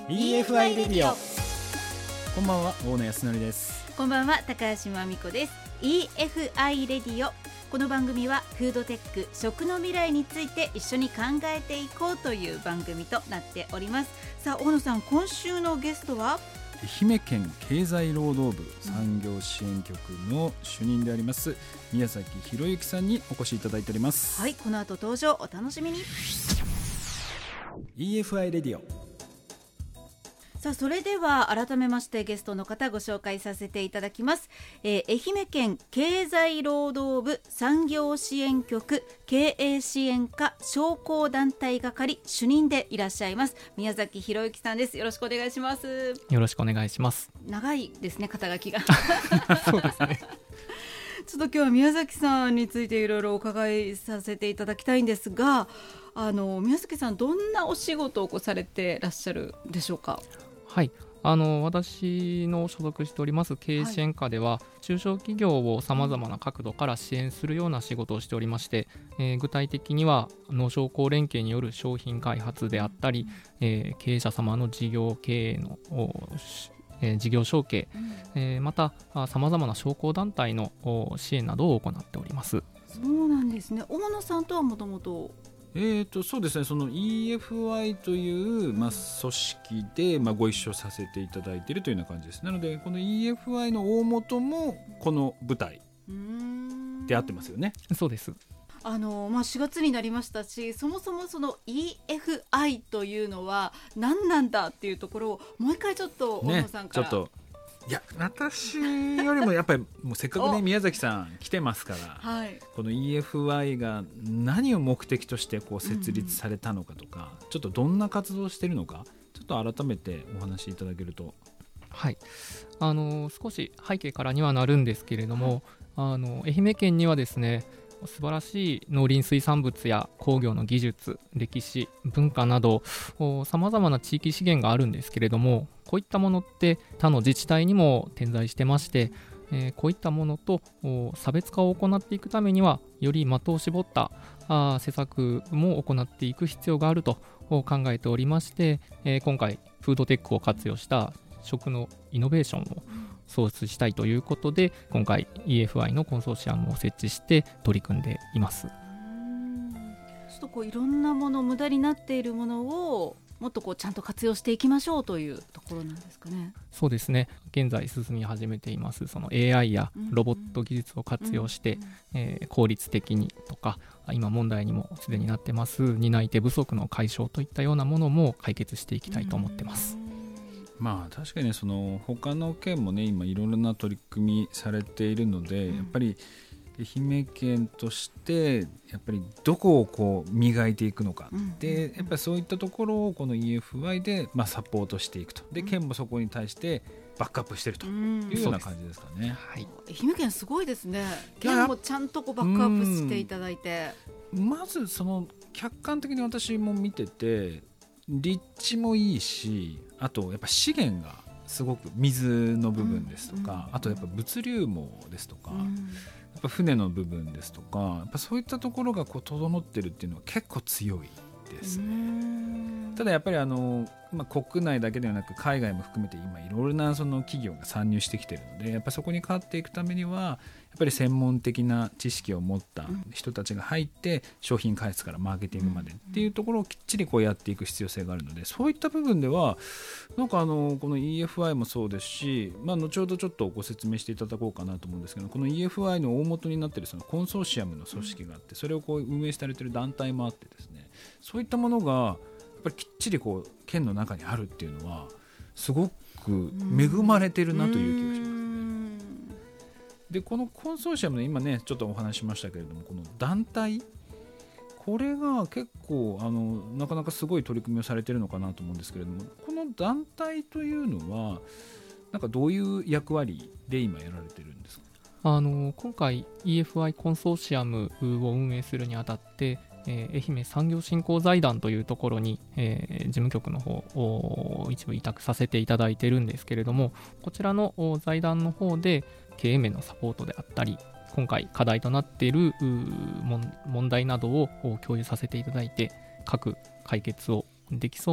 EFI レディオ。こんばんは、大野康則です。 こんばんは、高橋真美子です。 EFI レディオ。この番組はフードテック、食の未来について一緒に考えていこうという番組となっております。さあ、大野さん、今週のゲストは愛媛県経済労働部産業支援局の主任であります宮崎博之さんにお越しいただいております。 はい、この後登場お楽しみに。 EFI レディオ。 さあ、それでは改めましてゲストの方ご紹介させていただきます。愛媛県経済労働部産業支援局経営支援課商工団体係主任でいらっしゃいます宮崎博之さんです。よろしくお願いします。 よろしくお願いします。 長いですね、肩書きがそうですね。 ちょっと今日は宮崎さんについていろいろお伺いさせていただきたいんですが、宮崎さん、どんなお仕事をされてらっしゃるでしょうか？ はい、私の所属しております経営支援課では、中小企業をさまざまな角度から支援するような仕事をしておりまして、具体的には農商工連携による商品開発であったり、経営者様の事業経営の事業承継、またさまざまな商工団体の支援などを行っております。 そうなんですね。大野さんとはもともとそうですね、その EFI という、組織で、ご一緒させていただいているというような感じです。なのでこの EFI の大元もこの舞台であってますよね。 そうです。 4月になりましたし、そもそもその EFI というのは何なんだっていうところをもう一回ちょっと大野さんから、 ちょっといや、私よりもやっぱりもうせっかくね宮崎さん来てますから、 はい、 この EFI が何を目的としてこう設立されたのかとか、ちょっとどんな活動をしているのか、ちょっと改めてお話しいただけると。 はい、少し背景からにはなるんですけれども、愛媛県にはですね、素晴らしい農林水産物や工業の技術、歴史、文化などさまざまな地域資源があるんですけれども、こういったものって他の自治体にも点在してまして、こういったものと差別化を行っていくためには、より的を絞った施策も行っていく必要があると考えておりまして、今回フードテックを活用した食のイノベーションを創出したいということで、今回 EFI のコンソーシアムを設置して取り組んでいます。 ちょっとこういろんなもの、無駄になっているものをもっとこうちゃんと活用していきましょうというところなんですかね。 そうですね、現在進み始めていますその AI やロボット技術を活用して、効率的にとか、今問題にもすでになってます担い手不足の解消といったようなものも解決していきたいと思ってます。 確かにその他の県もね、今いろいろな取り組みされているので、やっぱり愛媛県としてやっぱりどこをこう磨いていくのか、でやっぱりそういったところをこの EFI でサポートしていくと。で県もそこに対してバックアップしているというような感じですかね。 はい、 愛媛県すごいですね。県もちゃんとこうバックアップしていただいて、 まずその客観的に私も見てて、立地もいいし、あとやっぱ資源がすごく水の部分ですとか、あとやっぱ物流網ですとか、やっぱ船の部分ですとか、やっぱそういったところがこう整ってるっていうのは結構強いですね。ただやっぱり国内だけではなく海外も含めて今いろいろなその企業が参入してきているので、やっぱそこに勝っていくためにはやっぱり専門的な知識を持った人たちが入って商品開発からマーケティングまでっていうところをきっちりこうやっていく必要性があるので、そういった部分ではなんかこの EFI もそうですし、後ほどちょっとご説明していただこうかなと思うんですけど、この EFI の大元になっているそのコンソーシアムの組織があって、それをこう運営されている団体もあってですね、そういったものがやっぱりきっちりこう県の中にあるっていうのはすごく恵まれてるなという気がしますね。でこのコンソーシアムの今ねちょっとお話しましたけれども、この団体、これが結構なかなかすごい取り組みをされているのかなと思うんですけれども、この団体というのはなんかどういう役割で今やられてるんですか？ 今回 EFI コンソーシアムを運営するにあたって、愛媛産業振興財団というところに、事務局の方を一部委託させていただいているんですけれども、こちらの財団の方で経営面のサポートであったり、今回課題となっている問題などを共有させていただいて、各解決をできそうな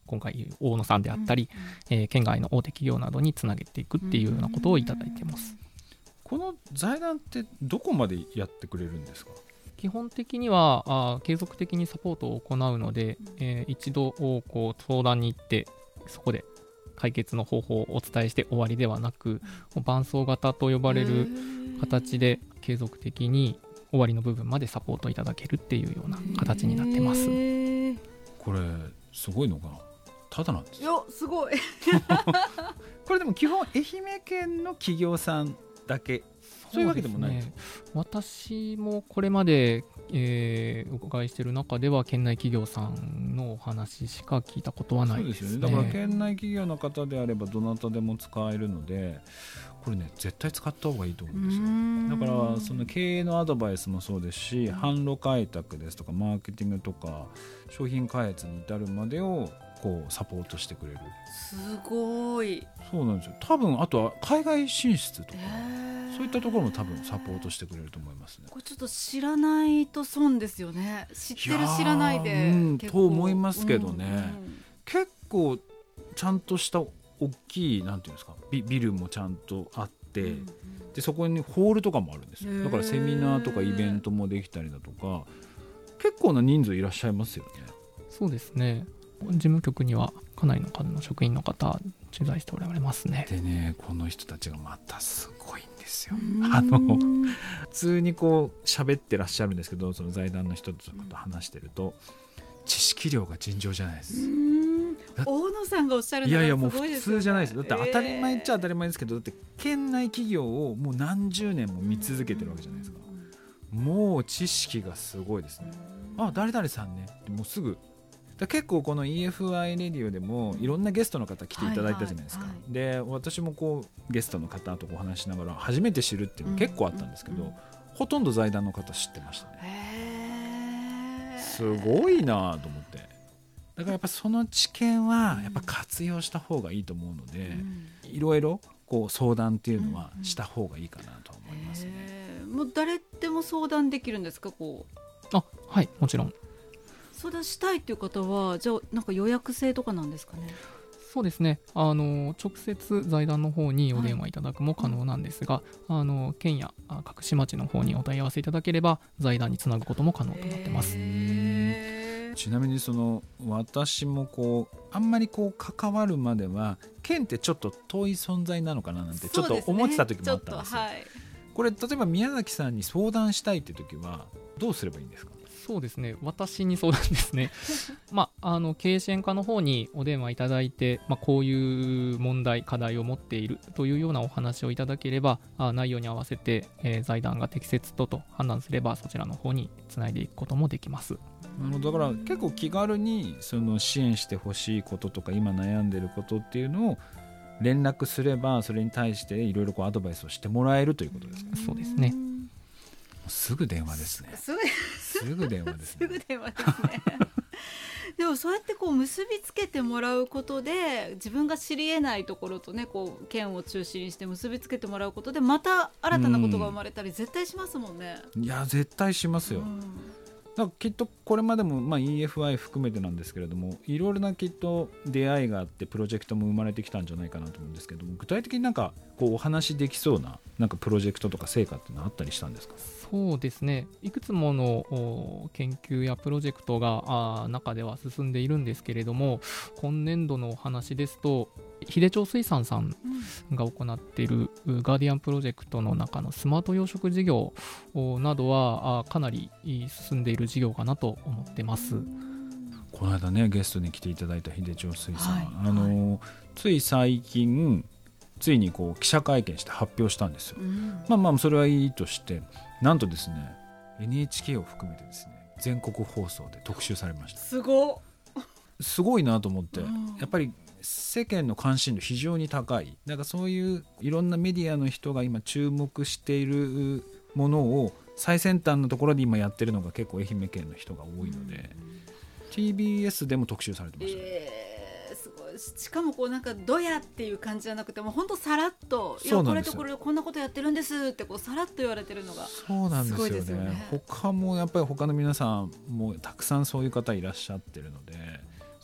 今回大野さんであったり、県外の大手企業などにつなげていくっていうようなことをいただいてます。 この財団ってどこまでやってくれるんですか？ 基本的には継続的にサポートを行うので、一度こう相談に行ってそこで解決の方法をお伝えして終わりではなく、伴走型と呼ばれる形で継続的に終わりの部分までサポートいただけるっていうような形になってます。 これすごいのがただなんですよ。 いやすごいこれでも基本愛媛県の企業さんだけ、そういうわけでもないです。 私もこれまで、お伺いしている中では県内企業さんのお話しか聞いたことはないですね。 そうですよね。だから県内企業の方であればどなたでも使えるので、これね絶対使った方がいいと思うんですよ。だからその経営のアドバイスもそうですし、販路開拓ですとかマーケティングとか商品開発に至るまでをこうサポートしてくれる。 すごい。 そうなんですよ。多分あとは海外進出とか、そういったところも多分サポートしてくれると思いますね。 これちょっと知らないと損ですよね。知ってる知らないで、 と思いますけどね、結構ちゃんとした大きいなんていうんですか、ビルもちゃんとあって、でそこにホールとかもあるんですよ。だからセミナーとかイベントもできたりだとか、結構な人数いらっしゃいますよね。 そうですね。事務局にはかなりの数の職員の方取材しておられますね。 でね、この人たちがまたすごいんですよ。普通にこう喋ってらっしゃるんですけど、その財団の人と話してると知識量が尋常じゃないです。 大野さんがおっしゃるのがすごいですよね。 いやいやもう普通じゃないです。だって当たり前っちゃ当たり前ですけど、だって県内企業をもう何十年も見続けてるわけじゃないですか。もう知識がすごいですね。あ、誰々さんね、もうすぐだ。結構この EFI レディオでもいろんなゲストの方来ていただいたじゃないですか。で私もこうゲストの方とお話しながら初めて知るっていうの結構あったんですけど、ほとんど財団の方知ってましたね。すごいなと思って。だからやっぱその知見はやっぱ活用した方がいいと思うので、いろいろこう相談っていうのはした方がいいかなと思いますね。 もう誰でも相談できるんですか？こうはい、もちろん相談したいという方はじゃあなんか予約制とかなんですかね？ そうですね。直接財団の方にお電話いただくも可能なんですが、県や各市町の方にお問い合わせいただければ財団につなぐことも可能となってます。 ちなみにその私もこうあんまりこう関わるまでは県ってちょっと遠い存在なのかななんてちょっと思ってた時もあったんですよ。これ例えば宮崎さんに相談したいっていう時はどうすればいいんですか？ そうですね、私に相談ですね経営支援課の方にお電話いただいて、こういう問題課題を持っているというようなお話をいただければ、内容に合わせて、財団が適切と判断すればそちらの方につないでいくこともできます。 だから結構気軽にその支援してほしいこととか今悩んでることっていうのを連絡すれば、それに対していろいろアドバイスをしてもらえるということですか？ そうですね。 すぐ電話ですね。すぐ電話ですね。 すぐ電話ですね。でもそうやってこう結びつけてもらうことで、自分が知り得ないところとね、こう県を中心にして結びつけてもらうことでまた新たなことが生まれたり絶対しますもんね。 いや絶対しますよ。だからきっとこれまでも、EFI 含めてなんですけれども、いろいろなきっと出会いがあってプロジェクトも生まれてきたんじゃないかなと思うんですけども、具体的になんかこうお話できそうななんかプロジェクトとか成果っていうのはあったりしたんですか？ そうですね、いくつもの研究やプロジェクトが中では進んでいるんですけれども、今年度のお話ですと秀町水産さんが行っているガーディアンプロジェクトの中のスマート養殖事業などはかなり進んでいる事業かなと思ってます。 この間ねゲストに来ていただいた秀町水産、つい最近ついにこう記者会見して発表したんですよ。それはいいとして、なんとですね NHK を含めてですね全国放送で特集されました。すごいなと思って、やっぱり世間の関心度非常に高い。だからそういういろんなメディアの人が今注目しているものを最先端のところで今やってるのが結構愛媛県の人が多いので、TBS でも特集されてましたね。 すごい。しかもこうなんかドヤっていう感じじゃなくて、もう本当さらっと、いやこれとこれこんなことやってるんですってこうさらっと言われてるのがそうなんですよね。他もやっぱり他の皆さんもたくさんそういう方いらっしゃってるので、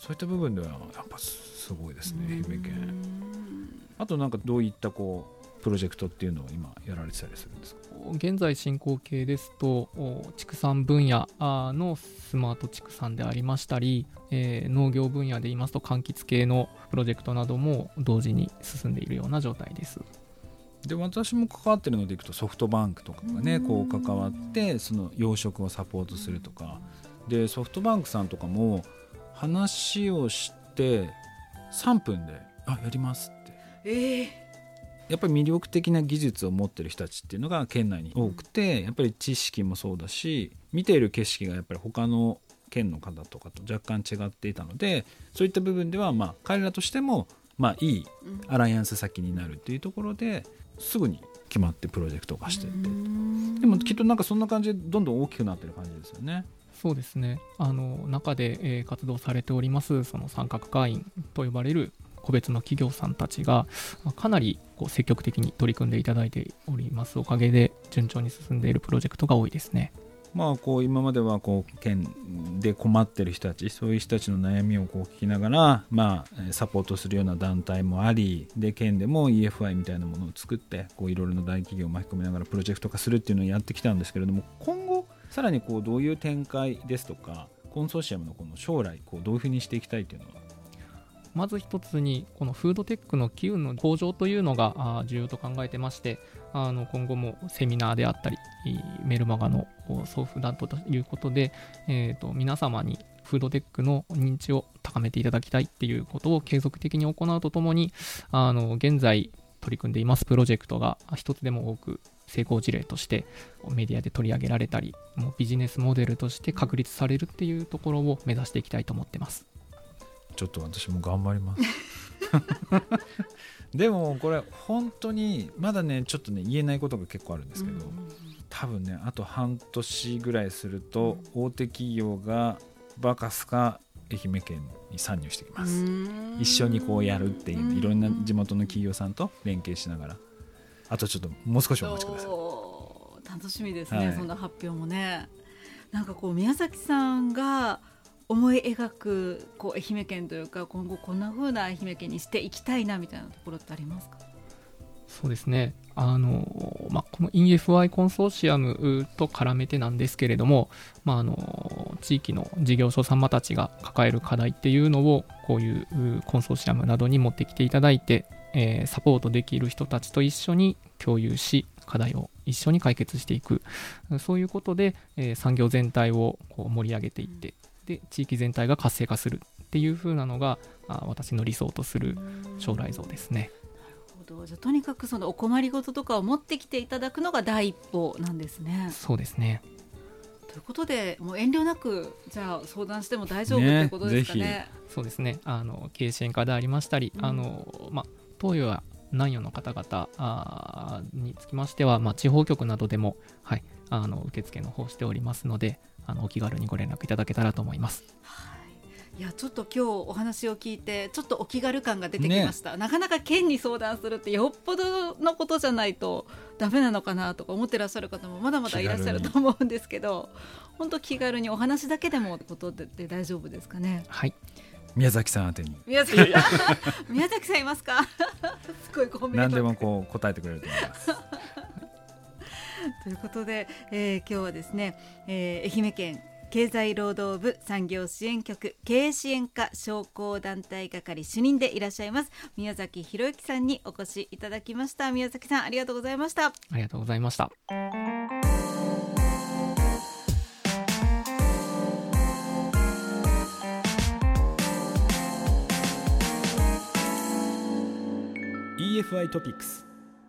そういった部分ではやっぱすごいですね、愛媛県。あとなんかどういったプロジェクトっていうのを今やられてたりするんですか？ 現在進行形ですと畜産分野のスマート畜産でありましたり、農業分野で言いますと柑橘系のプロジェクトなども同時に進んでいるような状態です。 で私も関わってるのでいくとソフトバンクとかがね関わってその養殖をサポートするとかで、ソフトバンクさんとかも話をして3分でやりますって、やっぱり魅力的な技術を持ってる人たちっていうのが県内に多くて、やっぱり知識もそうだし見ている景色がやっぱり他の県の方とかと若干違っていたので、そういった部分では彼らとしてもいいアライアンス先になるっていうところですぐに決まってプロジェクト化していって、でもきっとなんかそんな感じでどんどん大きくなってる感じですよね。 そうですね、中で、活動されておりますその三角会員と呼ばれる個別の企業さんたちがかなり積極的に取り組んでいただいておりますおかげで順調に進んでいるプロジェクトが多いですね。 今までは県で困ってる人たち、そういう人たちの悩みを聞きながら、サポートするような団体もありで、県でも EFI みたいなものを作っていろいろな大企業を巻き込みながらプロジェクト化するっていうのをやってきたんですけれども、今後さらにどういう展開ですとかコンソーシアムの将来どういうふうにしていきたいっていうのは、 まず一つにこのフードテックの機運の向上というのが重要と考えてまして、今後もセミナーであったりメルマガの送付だということで、皆様にフードテックの認知を高めていただきたいっていうことを継続的に行うとともに、現在取り組んでいますプロジェクトが一つでも多く成功事例としてメディアで取り上げられたり、もうビジネスモデルとして確立されるっていうところを目指していきたいと思ってます。 ちょっと私も頑張りますでもこれ本当にまだねちょっとね言えないことが結構あるんですけど、多分ねあと半年ぐらいすると大手企業がバカスか愛媛県に参入してきます。一緒にやるっていう、いろんな地元の企業さんと連携しながら、あとちょっともう少しお待ちください。 楽しみですね、そんな発表もね。なんか宮崎さんが思い描く愛媛県というか、今後こんな風な愛媛県にしていきたいなみたいなところってありますか？ そうですね、この EFI コンソーシアムと絡めてなんですけれども、地域の事業所様たちが抱える課題っていうのをこういうコンソーシアムなどに持ってきていただいて、サポートできる人たちと一緒に共有し課題を一緒に解決していく、そういうことで、産業全体を盛り上げていって、で地域全体が活性化するっていう風なのが私の理想とする将来像ですね。 なるほど。じゃあとにかくそのお困りごととかを持ってきていただくのが第一歩なんですね。 そうですね。 ということでもう遠慮なくじゃあ相談しても大丈夫ということですかね。 そうですね、経営支援課でありましたり、東洋や南洋の方々につきましては、地方局などでも、受付の方しておりますので、お気軽にご連絡いただけたらと思います。 いやちょっと今日お話を聞いてちょっとお気軽感が出てきました、なかなか県に相談するってよっぽどのことじゃないとダメなのかなとか思ってらっしゃる方もまだまだいらっしゃると思うんですけど、本当気軽にお話だけでもことで大丈夫ですかね。 はい、 宮崎さん宛てに宮崎さんいますかすごいコメント何でも答えてくれると思いますということで、今日はですね、愛媛県経済労働部産業支援局経営支援課商工団体係主任でいらっしゃいます宮崎博之さんにお越しいただきました。宮崎さんありがとうございました。 ありがとうございました。 EFI トピックス。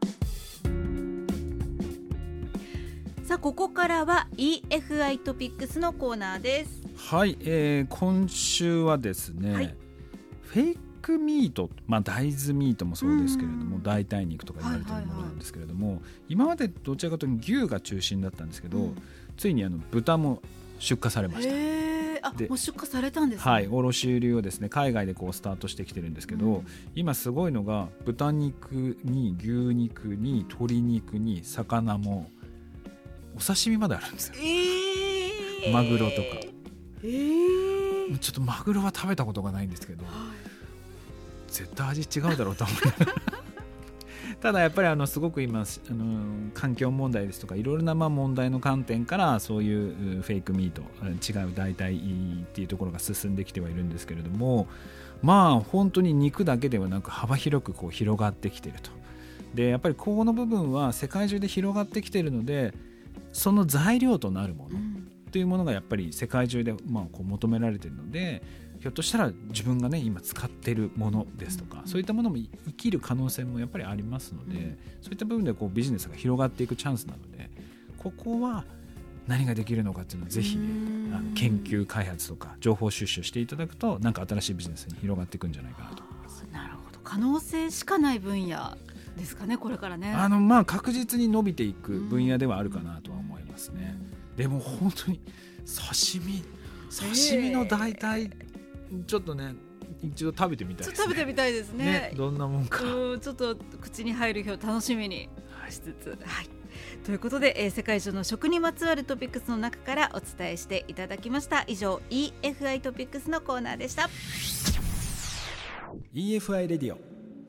さあここからは EFI トピックスのコーナーです。 はい、今週はですね、フェイクミート、大豆ミートもそうですけれども、代替肉とか言われているものなんですけれども、今までどちらかというと牛が中心だったんですけど、ついに豚も出荷されました。 もう出荷されたんですね。 卸売をですね海外でスタートしてきてるんですけど、今すごいのが豚肉に牛肉に鶏肉に魚もお刺身まであるんですよ、マグロとか。 ちょっとマグロは食べたことがないんですけど、絶対味違うだろうと思いながらただやっぱりすごく今環境問題ですとかいろいろな問題の観点からそういうフェイクミート、違う代替っていうところが進んできてはいるんですけれども、本当に肉だけではなく幅広く広がってきていると。でやっぱりこの部分は世界中で広がってきているので、その材料となるものというものがやっぱり世界中で求められているので、ひょっとしたら自分がね今使っているものですとか、そういったものも生きる可能性もやっぱりありますので、そういった部分でビジネスが広がっていくチャンスなので、ここは何ができるのかっていうのをぜひね研究開発とか情報収集していただくと、なんか新しいビジネスに広がっていくんじゃないかなと思います。 なるほど、可能性しかない分野ですかね、これからね。 確実に伸びていく分野ではあるかなとは思いますね。でも本当に刺身の代替、ちょっとね一度食べてみたいですね。 食べてみたいですね。 どんなもんかちょっと口に入る日を楽しみにしつつ、ということで、世界中の食にまつわるトピックスの中からお伝えしていただきました。以上 EFI トピックスのコーナーでした。 EFI レディオ。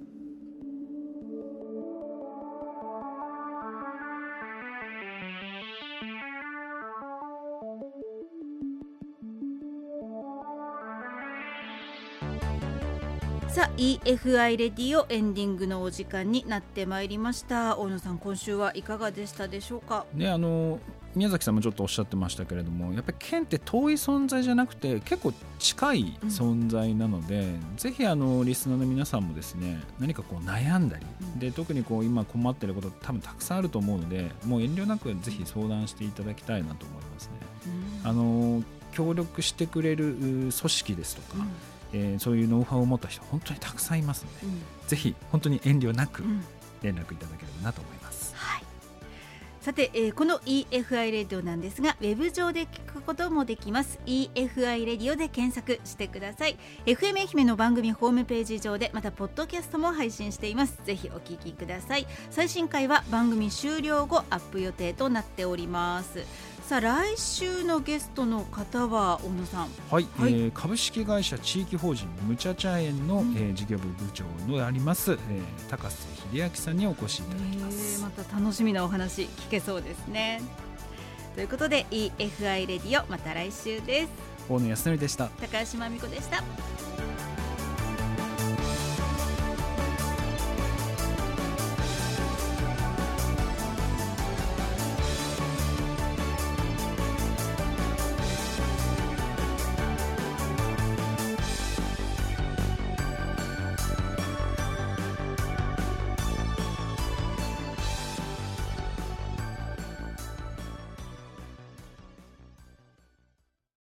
さあ EFI レディオエンディングのお時間になってまいりました。大野さん、今週はいかがでしたでしょうか。 ね、宮崎さんもちょっとおっしゃってましたけれども、やっぱり県って遠い存在じゃなくて結構近い存在なので、ぜひリスナーの皆さんもですね、何か悩んだり、で特に今困っていること多分たくさんあると思うので、もう遠慮なくぜひ相談していただきたいなと思いますね。協力してくれる組織ですとか、そういうノウハウを持った人本当にたくさんいますので、ぜひ本当に遠慮なく連絡いただければなと思います。 さて、この EFI レディオなんですが、ウェブ上で聞くこともできます。 EFI レディオで検索してください。 FM 愛媛の番組ホームページ上で、またポッドキャストも配信しています。ぜひお聞きください。最新回は番組終了後アップ予定となっております。さあ来週のゲストの方は大野さん、 株式会社地域法人むちゃちゃ園の、事業部部長のあります、高瀬秀明さんにお越しいただきます。 また楽しみなお話聞けそうですね。ということで EFI レディオ、また来週です。 大野康則でした。 高橋真美子でした。